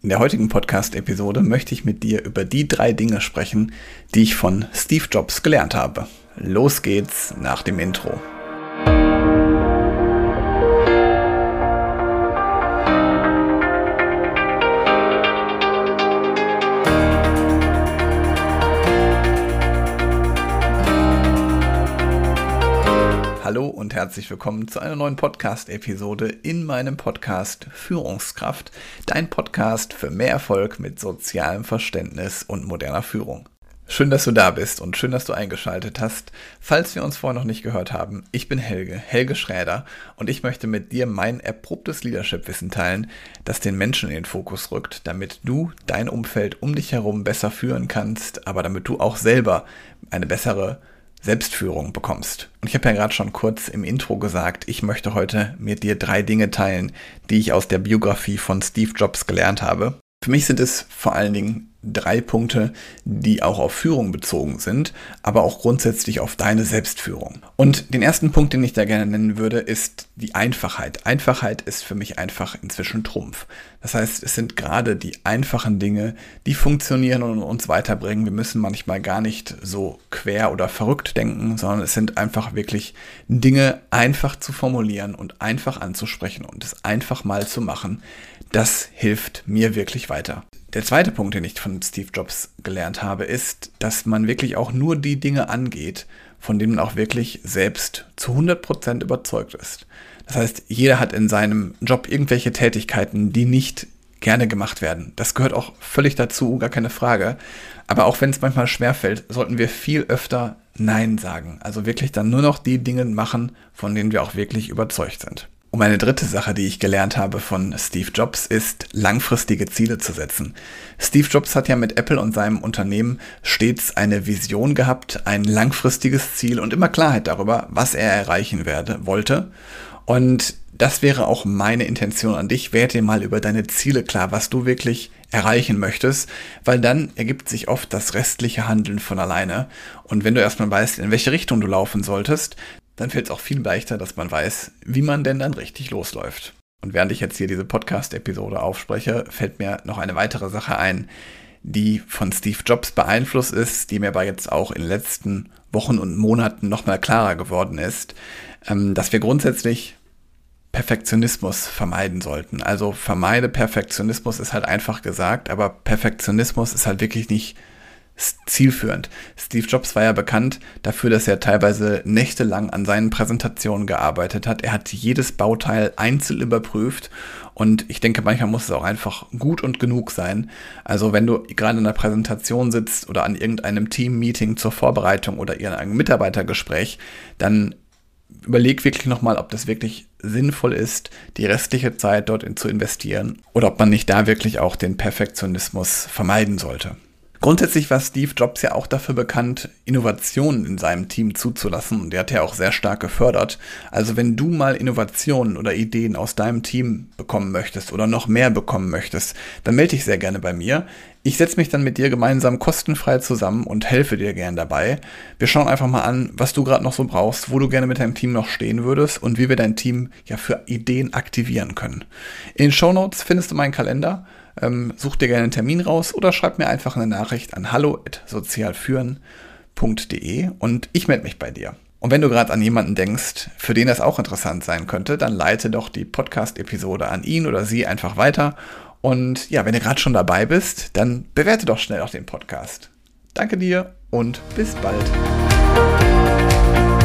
In der heutigen Podcast-Episode möchte ich mit dir über die 3 Dinge sprechen, die ich von Steve Jobs gelernt habe. Los geht's nach dem Intro. Hallo und herzlich willkommen zu einer neuen Podcast-Episode in meinem Podcast Führungskraft, dein Podcast für mehr Erfolg mit sozialem Verständnis und moderner Führung. Schön, dass du da bist und schön, dass du eingeschaltet hast. Falls wir uns vorher noch nicht gehört haben, ich bin Helge Schräder und ich möchte mit dir mein erprobtes Leadership-Wissen teilen, das den Menschen in den Fokus rückt, damit du dein Umfeld um dich herum besser führen kannst, aber damit du auch selber eine bessere Selbstführung bekommst. Und ich habe ja gerade schon kurz im Intro gesagt, ich möchte heute mit dir 3 Dinge teilen, die ich aus der Biografie von Steve Jobs gelernt habe. Für mich sind es vor allen Dingen 3 Punkte, die auch auf Führung bezogen sind, aber auch grundsätzlich auf deine Selbstführung. Und den ersten Punkt, den ich da gerne nennen würde, ist die Einfachheit. Einfachheit ist für mich einfach inzwischen Trumpf. Das heißt, es sind gerade die einfachen Dinge, die funktionieren und uns weiterbringen. Wir müssen manchmal gar nicht so quer oder verrückt denken, sondern es sind einfach wirklich Dinge einfach zu formulieren und einfach anzusprechen und es einfach mal zu machen. Das hilft mir wirklich weiter. Der zweite Punkt, den ich von Steve Jobs gelernt habe, ist, dass man wirklich auch nur die Dinge angeht, von denen man auch wirklich selbst zu 100% überzeugt ist. Das heißt, jeder hat in seinem Job irgendwelche Tätigkeiten, die nicht gerne gemacht werden. Das gehört auch völlig dazu, gar keine Frage. Aber auch wenn es manchmal schwerfällt, sollten wir viel öfter Nein sagen. Also wirklich dann nur noch die Dinge machen, von denen wir auch wirklich überzeugt sind. Und eine dritte Sache, die ich gelernt habe von Steve Jobs, ist, langfristige Ziele zu setzen. Steve Jobs hat ja mit Apple und seinem Unternehmen stets eine Vision gehabt, ein langfristiges Ziel und immer Klarheit darüber, was er erreichen wollte. Und das wäre auch meine Intention an dich. Werd dir mal über deine Ziele klar, was du wirklich erreichen möchtest, weil dann ergibt sich oft das restliche Handeln von alleine. Und wenn du erstmal weißt, in welche Richtung du laufen solltest, dann fällt es auch viel leichter, dass man weiß, wie man denn dann richtig losläuft. Und während ich jetzt hier diese Podcast-Episode aufspreche, fällt mir noch eine weitere Sache ein, die von Steve Jobs beeinflusst ist, die mir aber jetzt auch in den letzten Wochen und Monaten nochmal klarer geworden ist, dass wir grundsätzlich Perfektionismus vermeiden sollten. Also vermeide Perfektionismus ist halt einfach gesagt, aber Perfektionismus ist halt wirklich nicht zielführend. Steve Jobs war ja bekannt dafür, dass er teilweise nächtelang an seinen Präsentationen gearbeitet hat. Er hat jedes Bauteil einzeln überprüft und ich denke, manchmal muss es auch einfach gut und genug sein. Also wenn du gerade in einer Präsentation sitzt oder an irgendeinem Team-Meeting zur Vorbereitung oder in einem Mitarbeitergespräch, dann überleg wirklich nochmal, ob das wirklich sinnvoll ist, die restliche Zeit dort zu investieren oder ob man nicht da wirklich auch den Perfektionismus vermeiden sollte. Grundsätzlich war Steve Jobs ja auch dafür bekannt, Innovationen in seinem Team zuzulassen und der hat ja auch sehr stark gefördert. Also wenn du mal Innovationen oder Ideen aus deinem Team bekommen möchtest oder noch mehr bekommen möchtest, dann melde dich sehr gerne bei mir. Ich setze mich dann mit dir gemeinsam kostenfrei zusammen und helfe dir gern dabei. Wir schauen einfach mal an, was du gerade noch so brauchst, wo du gerne mit deinem Team noch stehen würdest und wie wir dein Team ja für Ideen aktivieren können. In den Shownotes findest du meinen Kalender. Such dir gerne einen Termin raus oder schreib mir einfach eine Nachricht an hallo@sozialführen.de und ich melde mich bei dir. Und wenn du gerade an jemanden denkst, für den das auch interessant sein könnte, dann leite doch die Podcast-Episode an ihn oder sie einfach weiter. Und ja, wenn du gerade schon dabei bist, dann bewerte doch schnell auch den Podcast. Danke dir und bis bald.